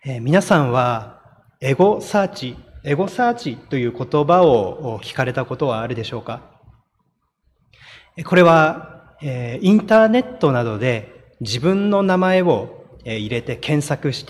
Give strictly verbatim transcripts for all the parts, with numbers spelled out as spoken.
えー、皆さんはエゴサーチ、エゴサーチという言葉を聞かれたことはあるでしょうか？これは、えー、インターネットなどで自分の名前を入れて検索して、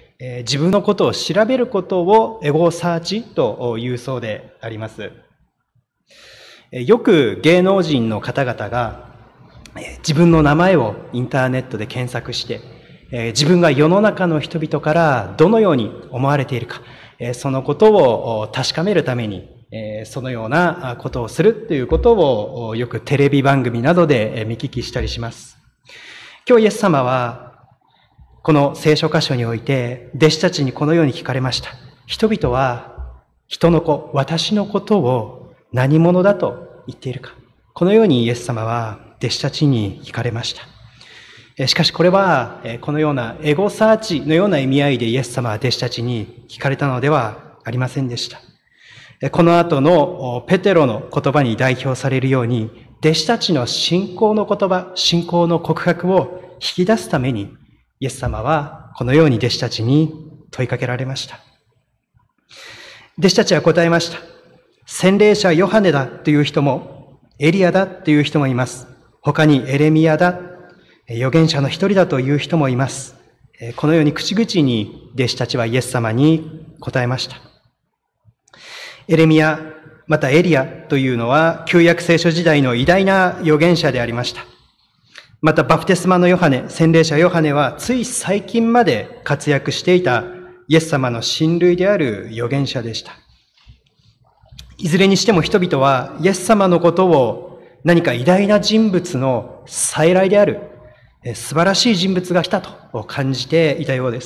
えー、自分のことを調べることをエゴサーチというそうであります。よく芸能人の方々が自分の名前をインターネットで検索して、自分が世の中の人々からどのように思われているか、そのことを確かめるために、そのようなことをするということをよくテレビ番組などで見聞きしたりします。今日イエス様はこの聖書箇所において弟子たちにこのように聞かれました。人々は人の子、私のことを何者だと言っているか。このようにイエス様は弟子たちに聞かれました。しかしこれはこのようなエゴサーチのような意味合いでイエス様は弟子たちに聞かれたのではありませんでした。この後のペテロの言葉に代表されるように、弟子たちの信仰の言葉、信仰の告白を引き出すために、イエス様はこのように弟子たちに問いかけられました。弟子たちは答えました。洗礼者ヨハネだという人も、エリアだという人もいます。他にエレミヤだ、預言者の一人だという人もいます。このように口々に弟子たちはイエス様に答えました。エレミヤ、またエリアというのは旧約聖書時代の偉大な預言者でありました。またバプテスマのヨハネ、洗礼者ヨハネはつい最近まで活躍していたイエス様の親類である預言者でした。いずれにしても人々はイエス様のことを何か偉大な人物の再来である素晴らしい人物が来たと感じていたようです。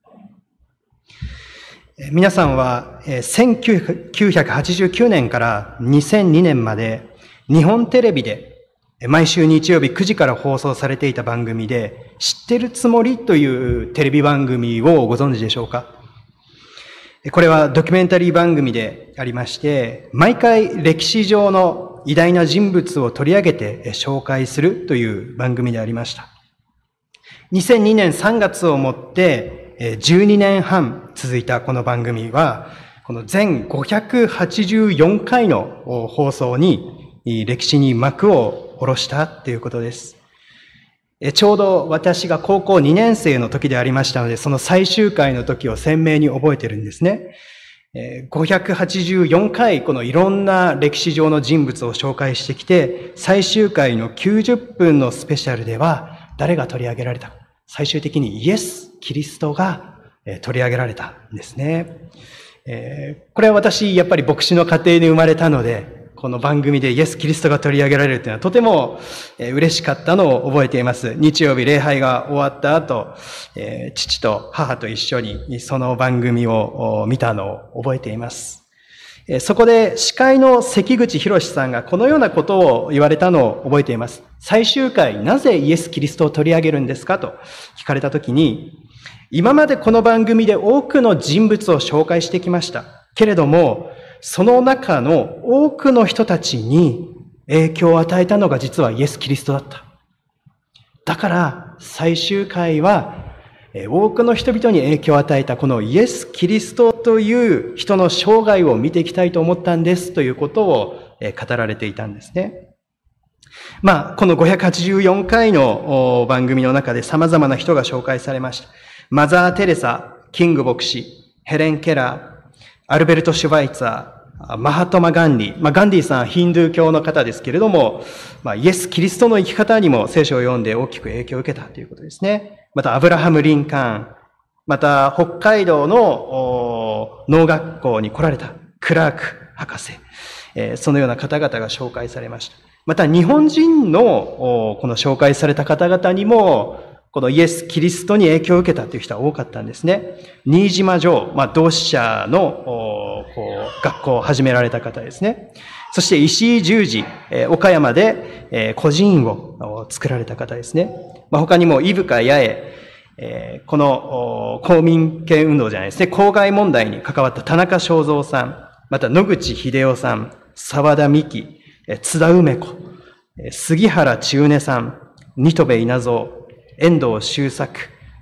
皆さんはせんきゅうひゃくはちじゅうきゅうねんからにせんにねんまで日本テレビで毎週日曜日くじから放送されていた番組で知ってるつもりというテレビ番組をご存知でしょうか？これはドキュメンタリー番組でありまして、毎回歴史上の偉大な人物を取り上げて紹介するという番組でありました。にせんにねんさんがつをもってじゅうにねんはん続いたこの番組は、この全ごひゃくはちじゅうよんかいの放送に歴史に幕を下ろしたということです。ちょうど私が高校にねんせいの時でありましたので、その最終回の時を鮮明に覚えているんですね。ごひゃくはちじゅうよんかいこのいろんな歴史上の人物を紹介してきて、最終回のきゅうじゅっぷんのスペシャルでは誰が取り上げられたか。最終的にイエス・キリストが取り上げられたんですね。これは私、やっぱり牧師の家庭に生まれたので、この番組でイエス・キリストが取り上げられるというのはとても嬉しかったのを覚えています。日曜日礼拝が終わった後、父と母と一緒にその番組を見たのを覚えています。そこで司会の関口博さんがこのようなことを言われたのを覚えています。最終回、なぜイエス・キリストを取り上げるんですかと聞かれたときに、今までこの番組で多くの人物を紹介してきました。けれども、その中の多くの人たちに影響を与えたのが実はイエス・キリストだった。だから最終回は多くの人々に影響を与えたこのイエス・キリストという人の生涯を見ていきたいと思ったんですということを語られていたんですね。まあ、このごひゃくはちじゅうよんかいの番組の中で様々な人が紹介されました。マザー・テレサ、キング牧師、ヘレン・ケラー、アルベルト・シュバイツァー、マハトマ・ガンディ。まあ、ガンディさんはヒンドゥー教の方ですけれども、まあ、イエス・キリストの生き方にも聖書を読んで大きく影響を受けたということですね。また、アブラハム・リンカーン。また、北海道の農学校に来られたクラーク博士。えー、そのような方々が紹介されました。また、日本人のこの紹介された方々にも、このイエス・キリストに影響を受けたという人は多かったんですね。新島城、まあ、同志社のこう学校を始められた方ですね。そして石井十二、えー、岡山で、えー、孤児院を作られた方ですね。まあ、他にも伊深八重、えー、この公民権運動じゃないですね、公害問題に関わった田中正造さん、また野口秀夫さん、沢田美希、津田梅子、杉原千畝さん、新渡戸稲造、遠藤周作、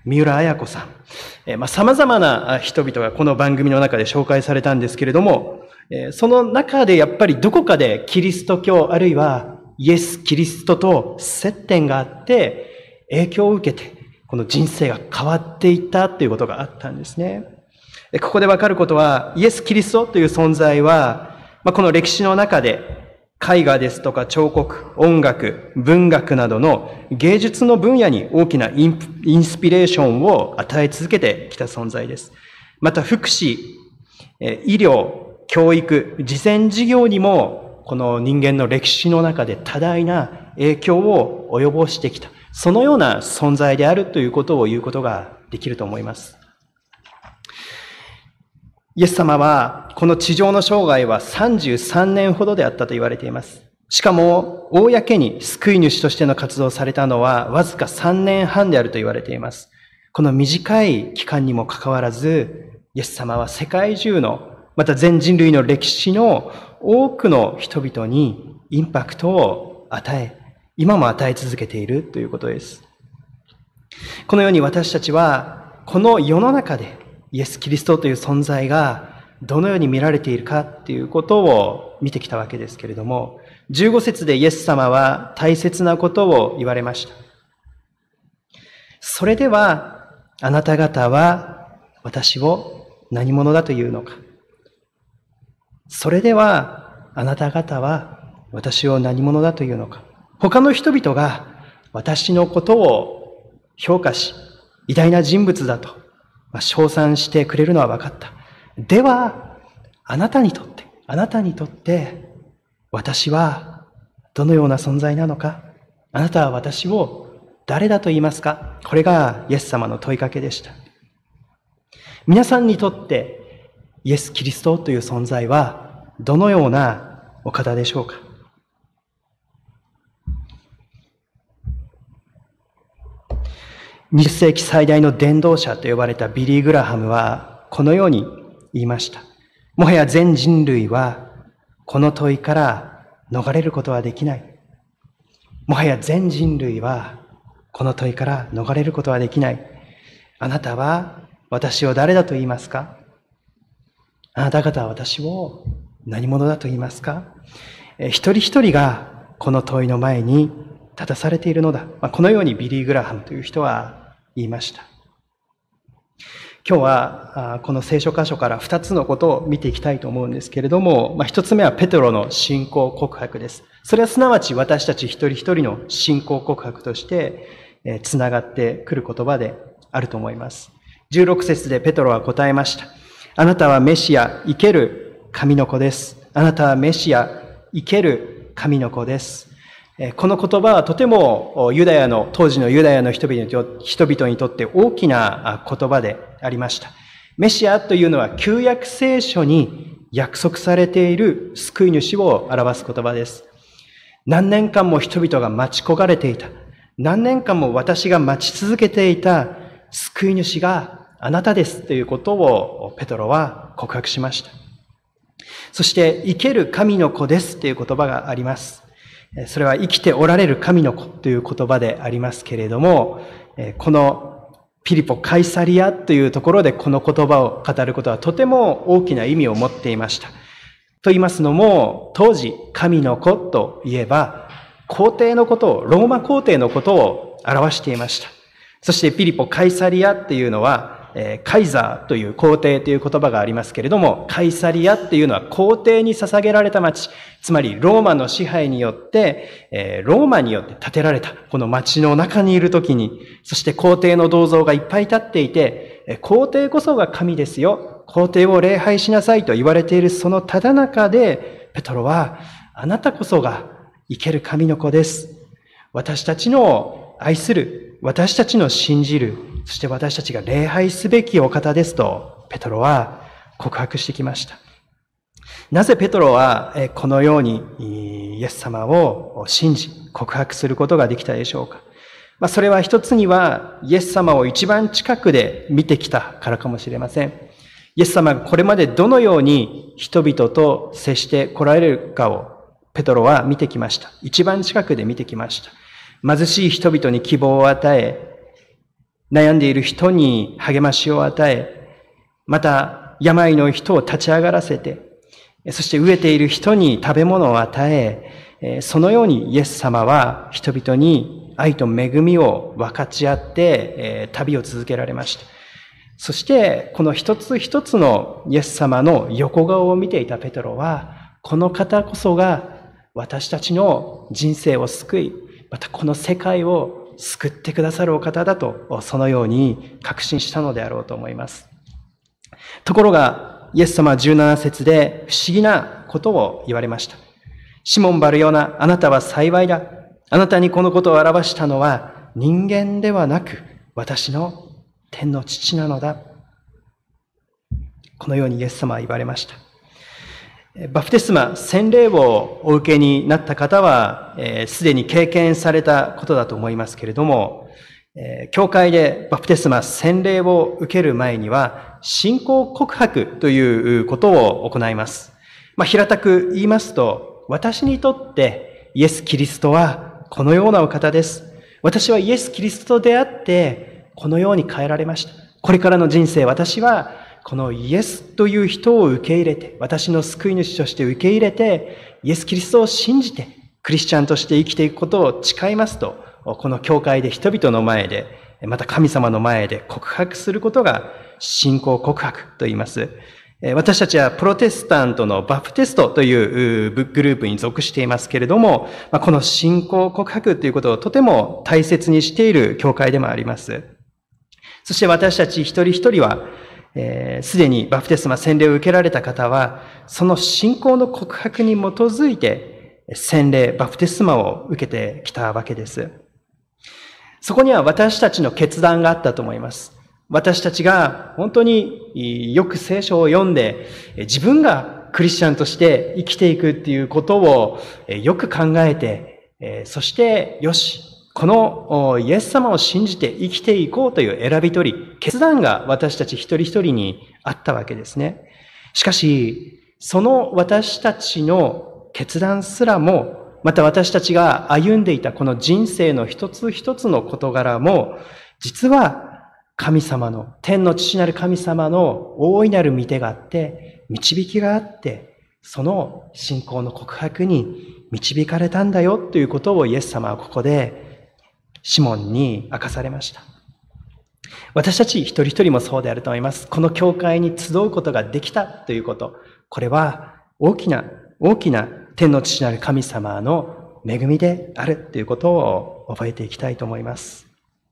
三浦綾子さん、えー、まあ、様々な人々がこの番組の中で紹介されたんですけれども、えー、その中でやっぱりどこかでキリスト教あるいはイエス・キリストと接点があって影響を受けてこの人生が変わっていったということがあったんですね。ここでわかることはイエス・キリストという存在は、まあ、この歴史の中で絵画ですとか彫刻、音楽、文学などの芸術の分野に大きなイン、インスピレーションを与え続けてきた存在です。また福祉、医療、教育、慈善事業にもこの人間の歴史の中で多大な影響を及ぼしてきた。そのような存在であるということを言うことができると思います。イエス様は、この地上の生涯はさんじゅうさんねんほどであったと言われています。しかも、公に救い主としての活動をされたのは、わずかさんねんはんであると言われています。この短い期間にもかかわらず、イエス様は世界中の、また全人類の歴史の多くの人々にインパクトを与え、今も与え続けているということです。このように私たちは、この世の中で、イエス・キリストという存在がどのように見られているかということを見てきたわけですけれども、じゅうご節でイエス様は大切なことを言われました。それではあなた方は私を何者だというのか。それではあなた方は私を何者だというのか。他の人々が私のことを評価し、偉大な人物だと称賛してくれるのは分かった。では、あなたにとって、あなたにとって、私はどのような存在なのか、あなたは私を誰だと言いますか。これがイエス様の問いかけでした。皆さんにとって、イエス・キリストという存在は、どのようなお方でしょうか。にじゅっ世紀最大の伝道者と呼ばれたビリー・グラハムはこのように言いました。もはや全人類はこの問いから逃れることはできない。もはや全人類はこの問いから逃れることはできない。あなたは私を誰だと言いますか？あなた方は私を何者だと言いますか？一人一人がこの問いの前に立たされているのだ。このようにビリー・グラハムという人は言いました。今日はこの聖書箇所から二つのことを見ていきたいと思うんですけれども、一つ目はペテロの信仰告白です。それはすなわち私たち一人一人の信仰告白としてつながってくる言葉であると思います。じゅうろく節でペテロは答えました。あなたはメシア、生ける神の子です。あなたはメシア、生ける神の子です。この言葉はとてもユダヤの、当時のユダヤの人々にとって大きな言葉でありました。メシアというのは旧約聖書に約束されている救い主を表す言葉です。何年間も人々が待ち焦がれていた。何年間も私が待ち続けていた救い主があなたですということをペトロは告白しました。そして生ける神の子ですという言葉があります。それは生きておられる神の子という言葉でありますけれども、このピリポ・カイサリアというところでこの言葉を語ることはとても大きな意味を持っていました。と言いますのも、当時神の子といえば皇帝のことを、ローマ皇帝のことを表していました。そしてピリポ・カイサリアっていうのはカイザーという皇帝という言葉がありますけれども、カイサリアっていうのは皇帝に捧げられた町、つまりローマの支配によって、ローマによって建てられたこの町の中にいるときに、そして皇帝の銅像がいっぱい立っていて、皇帝こそが神ですよ、皇帝を礼拝しなさいと言われているそのただ中で、ペトロは、あなたこそが生ける神の子です。私たちの愛する、私たちの信じる、そして私たちが礼拝すべきお方ですと、ペトロは告白してきました。なぜペトロはこのようにイエス様を信じ、告白することができたでしょうか。まあ、それは一つには、イエス様を一番近くで見てきたからかもしれません。イエス様がこれまでどのように人々と接して来られるかをペトロは見てきました。一番近くで見てきました。貧しい人々に希望を与え、 悩んでいる人に励ましを与え、また病の人を立ち上がらせて、そして飢えている人に食べ物を与え、そのようにイエス様は人々に愛と恵みを分かち合って旅を続けられました。そしてこの一つ一つのイエス様の横顔を見ていたペトロは、この方こそが私たちの人生を救い、またこの世界を救ってくださるお方だと、そのように確信したのであろうと思います。ところが、イエス様はじゅうなな節で不思議なことを言われました。シモン・バルヨナ、あなたは幸いだ。あなたにこのことを表したのは人間ではなく私の天の父なのだ。このようにイエス様は言われました。バプテスマ、洗礼をお受けになった方は、すでに経験されたことだと思いますけれども、教会でバプテスマ、洗礼を受ける前には、信仰告白ということを行います。まあ、平たく言いますと、私にとってイエス・キリストはこのようなお方です。私はイエス・キリストであって、このように変えられました。これからの人生、私はこのイエスという人を受け入れて、私の救い主として受け入れて、イエス・キリストを信じて、クリスチャンとして生きていくことを誓いますと、この教会で人々の前で、また神様の前で告白することが信仰告白と言います。私たちはプロテスタントのバプテストというグループに属していますけれども、この信仰告白ということをとても大切にしている教会でもあります。そして私たち一人一人は、す、えー、でにバプテスマ洗礼を受けられた方は、その信仰の告白に基づいて洗礼、バプテスマを受けてきたわけです。そこには私たちの決断があったと思います。私たちが本当によく聖書を読んで、自分がクリスチャンとして生きていくっていうことをよく考えて、そしてよし、このイエス様を信じて生きていこうという選び取り、決断が私たち一人一人にあったわけですね。しかし、その私たちの決断すらも、また私たちが歩んでいたこの人生の一つ一つの事柄も、実は神様の、天の父なる神様の大いなる御手があって、導きがあって、その信仰の告白に導かれたんだよということをイエス様はここでシモンに明かされました。私たち一人一人もそうであると思います。この教会に集うことができたということ。これは大きな、大きな天の父なる神様の恵みであるということを覚えていきたいと思います。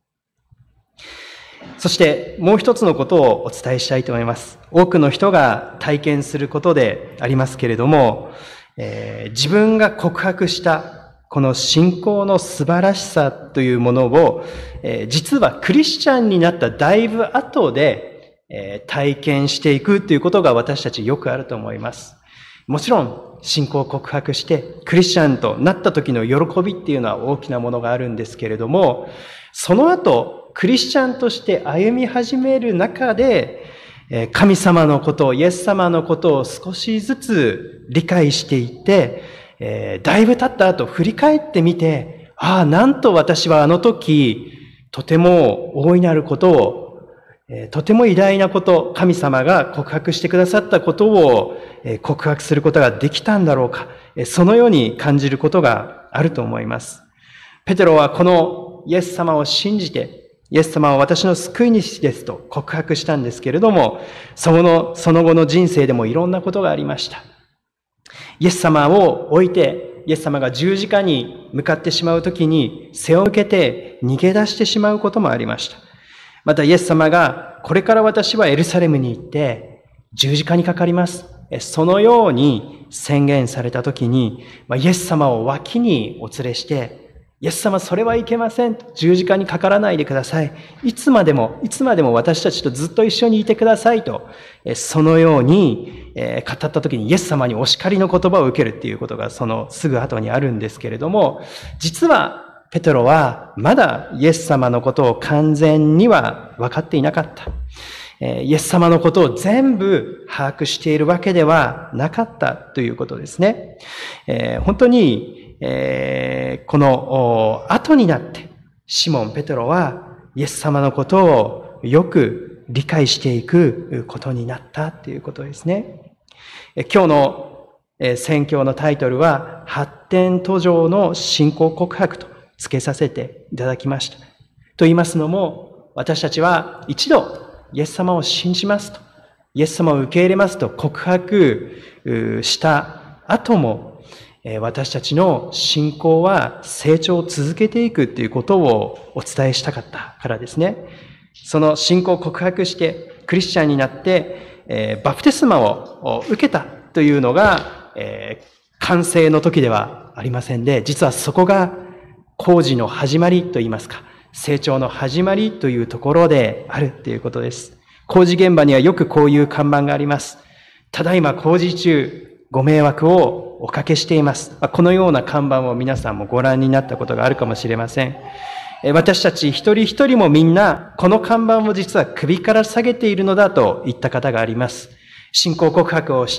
そしてもう一つのことをお伝えしたいと思います。多くの人が体験することでありますけれども、えー、自分が告白したこの信仰の素晴らしさというものを、えー、実はクリスチャンになっただいぶ後で、えー、体験していくということが私たちよくあると思います。もちろん信仰を告白してクリスチャンとなった時の喜びっていうのは大きなものがあるんですけれども、その後クリスチャンとして歩み始める中で、神様のことを、イエス様のことを少しずつ理解していって、えー、だいぶ経った後振り返ってみて、ああ、なんと私はあの時、とても大いなることを、えー、とても偉大なこと、神様が告白してくださったことを、えー、告白することができたんだろうか、えー、そのように感じることがあると思います。ペテロはこのイエス様を信じて、イエス様は私の救い主ですと告白したんですけれども、その、その後の人生でもいろんなことがありました。イエス様を置いて、イエス様が十字架に向かってしまうときに背を向けて逃げ出してしまうこともありました。またイエス様が、これから私はエルサレムに行って十字架にかかります。そのように宣言されたときに、イエス様を脇にお連れして、イエス様、それはいけません。十字架にかからないでください。いつまでも、いつまでも私たちとずっと一緒にいてくださいと、そのように語ったときにイエス様にお叱りの言葉を受けるっていうことがそのすぐ後にあるんですけれども、実はペテロはまだイエス様のことを完全には分かっていなかった。イエス様のことを全部把握しているわけではなかったということですね。本当にえー、この後になってシモン・ペテロはイエス様のことをよく理解していくことになったということですね。今日の宣教のタイトルは、発展途上の信仰告白と付けさせていただきました。と言いますのも、私たちは一度イエス様を信じますと、イエス様を受け入れますと告白した後も、私たちの信仰は成長を続けていくということをお伝えしたかったからですね。その信仰を告白してクリスチャンになって、バプテスマを受けたというのが、完成の時ではありませんで、実はそこが工事の始まりといいますか、成長の始まりというところであるということです。工事現場にはよくこういう看板があります。ただいま工事中、ご迷惑をおかけしています。このような看板を皆さんもご覧になったことがあるかもしれません。私たち一人一人もみんな、この看板を実は首から下げているのだと言った方があります。信仰告白をして、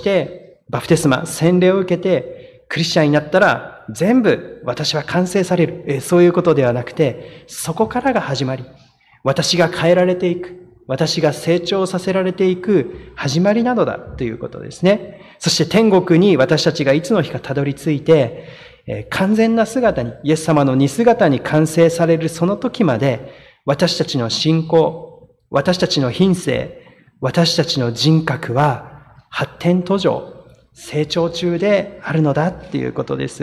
バプテスマ、洗礼を受けて、クリスチャンになったら、全部私は完成される。そういうことではなくて、そこからが始まり、私が変えられていく。私が成長させられていく始まりなのだということですね。そして天国に私たちがいつの日かたどり着いて、完全な姿に、イエス様の似姿に完成されるその時まで、私たちの信仰、私たちの品性、私たちの人格は発展途上、成長中であるのだということです。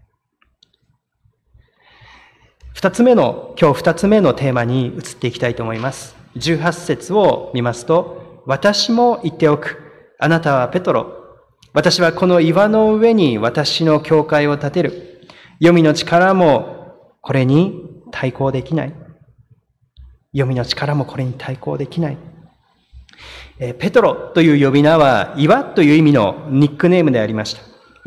二つ目の、今日二つ目のテーマに移っていきたいと思います。じゅうはち節を見ますと、私も言っておく。あなたはペトロ。私はこの岩の上に私の教会を建てる。黄泉の力もこれに対抗できない。黄泉の力もこれに対抗できない。えペトロという呼び名は岩という意味のニックネームでありました。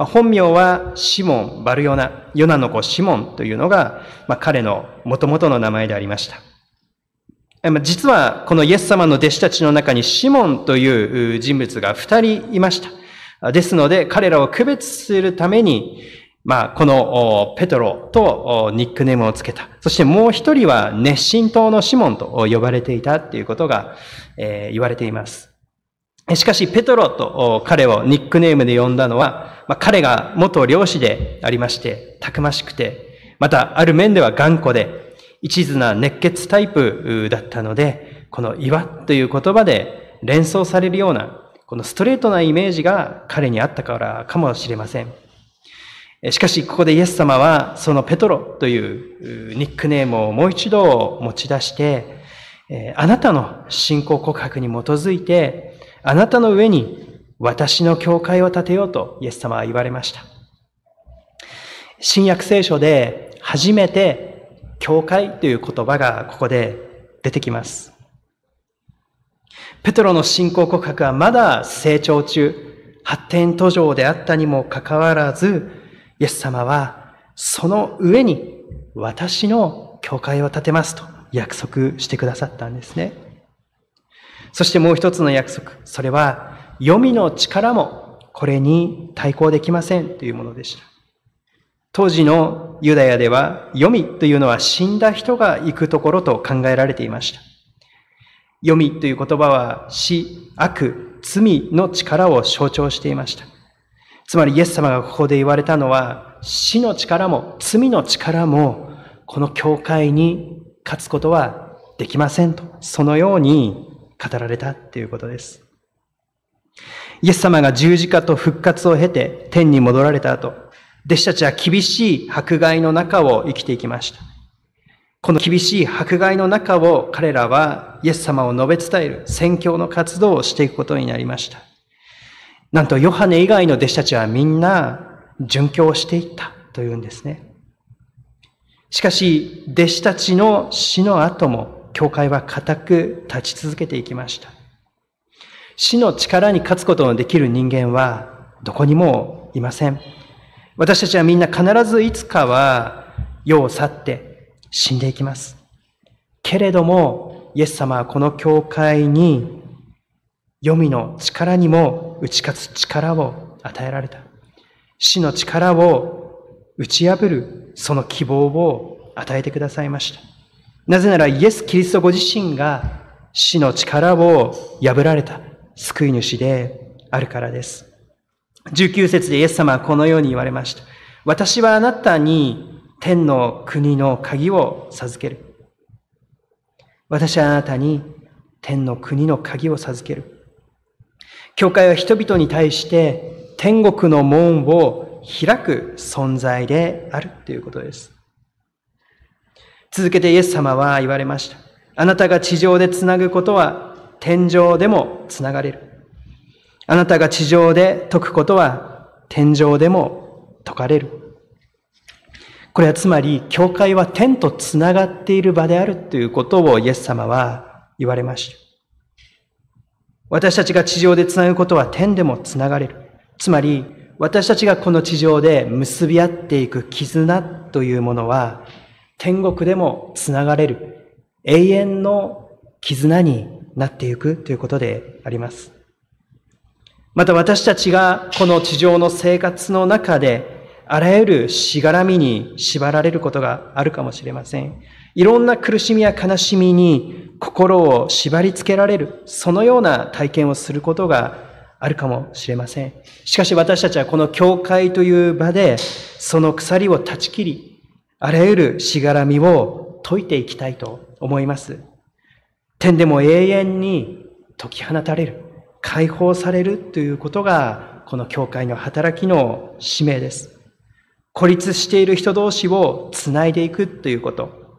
本名はシモン・バルヨナ、ヨナの子シモンというのが、まあ、彼の元々の名前でありました。実はこのイエス様の弟子たちの中にシモンという人物が二人いました。ですので彼らを区別するために、まあこのペトロとニックネームをつけた。そしてもう一人は熱心党のシモンと呼ばれていたということが、えー、言われています。しかしペトロと彼をニックネームで呼んだのは、まあ、彼が元漁師でありまして、たくましくて、またある面では頑固で、一途な熱血タイプだったので、この岩という言葉で連想されるような、このストレートなイメージが彼にあったからかもしれません。しかし、ここでイエス様は、そのペトロというニックネームをもう一度持ち出して、あなたの信仰告白に基づいて、あなたの上に私の教会を建てようとイエス様は言われました。新約聖書で初めて教会という言葉がここで出てきます。ペトロの信仰告白はまだ成長中、発展途上であったにもかかわらず、イエス様はその上に私の教会を建てますと約束してくださったんですね。そしてもう一つの約束、それは黄泉の力もこれに対抗できませんというものでした。当時のユダヤでは、黄泉というのは死んだ人が行くところと考えられていました。黄泉という言葉は死、悪、罪の力を象徴していました。つまりイエス様がここで言われたのは、死の力も罪の力もこの教会に勝つことはできませんと、そのように語られたということです。イエス様が十字架と復活を経て天に戻られた後、弟子たちは厳しい迫害の中を生きていきました。この厳しい迫害の中を彼らはイエス様を述べ伝える宣教の活動をしていくことになりました。なんとヨハネ以外の弟子たちはみんな殉教していったというんですね。しかし弟子たちの死の後も教会は固く立ち続けていきました。死の力に勝つことのできる人間はどこにもいません。私たちはみんな必ずいつかは世を去って死んでいきます。けれども、イエス様はこの教会に黄泉の力にも打ち勝つ力を与えられた。死の力を打ち破るその希望を与えてくださいました。 なぜならイエス・キリストご自身が死の力を破られた救い主であるからです。じゅうきゅう節でイエス様はこのように言われました。私はあなたに天の国の鍵を授ける。私はあなたに天の国の鍵を授ける。教会は人々に対して天国の門を開く存在であるということです。続けてイエス様は言われました。あなたが地上でつなぐことは天上でもつながれる。あなたが地上で解くことは天上でも解かれる。これはつまり、教会は天とつながっている場であるということをイエス様は言われました。私たちが地上でつなぐことは天でもつながれる。つまり、私たちがこの地上で結び合っていく絆というものは、天国でもつながれる永遠の絆になっていくということであります。また私たちがこの地上の生活の中であらゆるしがらみに縛られることがあるかもしれません。いろんな苦しみや悲しみに心を縛り付けられる、そのような体験をすることがあるかもしれません。しかし私たちはこの教会という場でその鎖を断ち切り、あらゆるしがらみを解いていきたいと思います。天でも永遠に解き放たれる、解放されるということがこの教会の働きの使命です。孤立している人同士をつないでいくということ、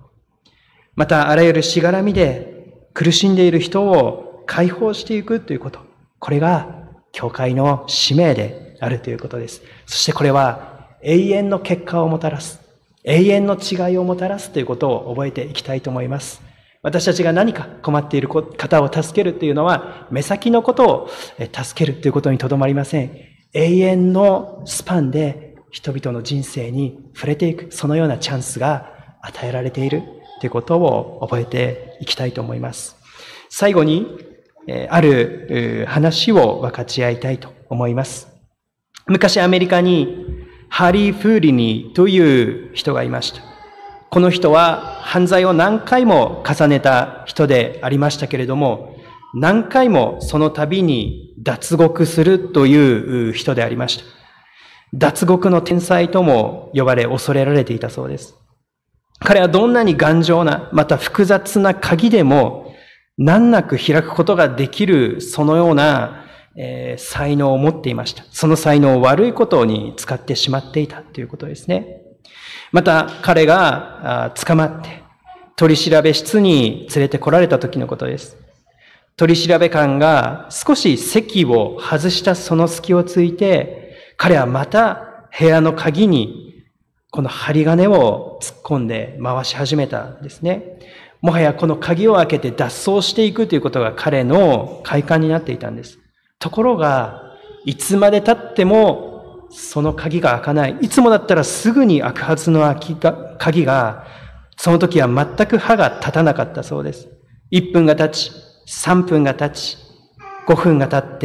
またあらゆるしがらみで苦しんでいる人を解放していくということ、これが教会の使命であるということです。そしてこれは永遠の結果をもたらす、永遠の違いをもたらすということを覚えていきたいと思います。私たちが何か困っている方を助けるというのは、目先のことを助けるということにとどまりません。永遠のスパンで人々の人生に触れていく、そのようなチャンスが与えられているということを覚えていきたいと思います。最後に、ある話を分かち合いたいと思います。昔アメリカにハリー・フーリニーという人がいました。この人は犯罪を何回も重ねた人でありましたけれども、何回もその度に脱獄するという人でありました。脱獄の天才とも呼ばれ恐れられていたそうです。彼はどんなに頑丈な、また複雑な鍵でも難なく開くことができる、そのようなえー、才能を持っていました。その才能を悪いことに使ってしまっていたということですね。また彼が捕まって取り調べ室に連れてこられた時のことです。取り調べ官が少し席を外したその隙をついて、彼はまた部屋の鍵にこの針金を突っ込んで回し始めたんですね。もはやこの鍵を開けて脱走していくということが彼の快感になっていたんです。ところが、いつまで経ってもその鍵が開かない。いつもだったらすぐに開くはずの鍵が、その時は全く歯が立たなかったそうです。いっぷんが経ち、さんぷんが経ち、ごふんが経って、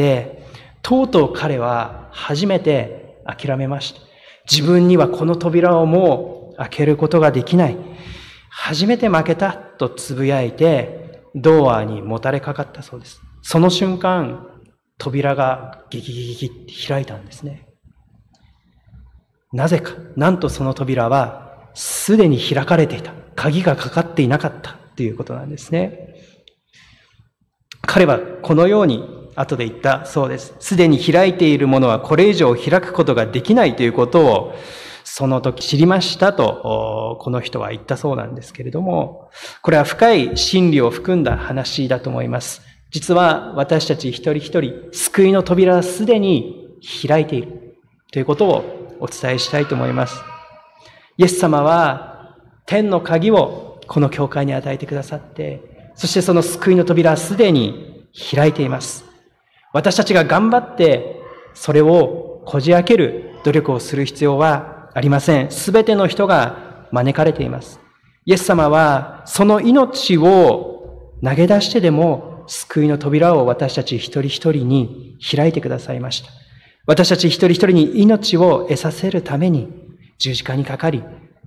とうとう彼は初めて諦めました。自分にはこの扉をもう開けることができない。初めて負けたとつぶやいて、ドアにもたれかかったそうです。その瞬間、扉がギギギギギって開いたんですね。なぜか、なんとその扉はすでに開かれていた。鍵がかかっていなかったということなんですね。彼はこのように後で言ったそうです。すでに開いているものはこれ以上開くことができないということをその時知りましたと、この人は言ったそうなんですけれども、これは深い真理を含んだ話だと思います。実は私たち一人一人、救いの扉はすでに開いているということをお伝えしたいと思います。イエス様は天の鍵をこの教会に与えてくださって、そしてその救いの扉はすでに開いています。私たちが頑張ってそれをこじ開ける努力をする必要はありません。すべての人が招かれています。イエス様はその命を投げ出してでも救いの扉を私たち一人一人に開いてくださいました。私たち一人一人に命を得させるために十字架にかかり、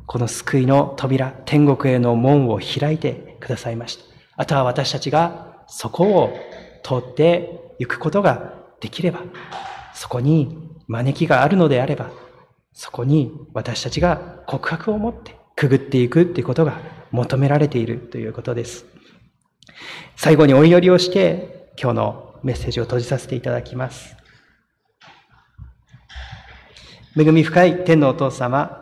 この救いの扉、天国への門を開いてくださいました。あとは私たちがそこを通っていくことができれば、そこに招きがあるのであれば、そこに私たちが告白を持ってくぐっていくということが求められているということです。最後にお祈りをして今日のメッセージを閉じさせていただきます。恵み深い天のお父様、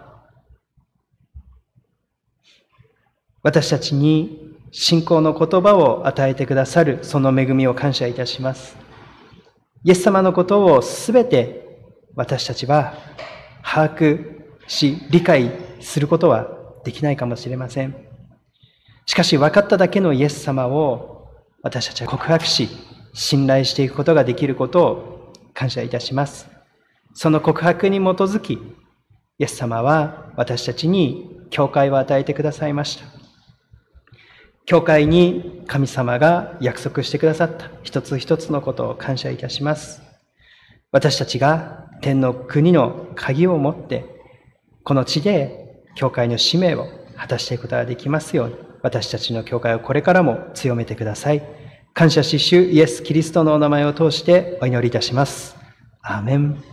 私たちに信仰の言葉を与えてくださるその恵みを感謝いたします。イエス様のことをすべて私たちは把握し、理解することはできないかもしれません。しかし分かっただけのイエス様を私たちは告白し、信頼していくことができることを感謝いたします。その告白に基づき、イエス様は私たちに教会を与えてくださいました。教会に神様が約束してくださった一つ一つのことを感謝いたします。私たちが天の国の鍵を持って、この地で教会の使命を果たしていくことができますように、私たちの教会をこれからも強めてください。感謝し主イエス・キリストのお名前を通してお祈りいたします。アーメン。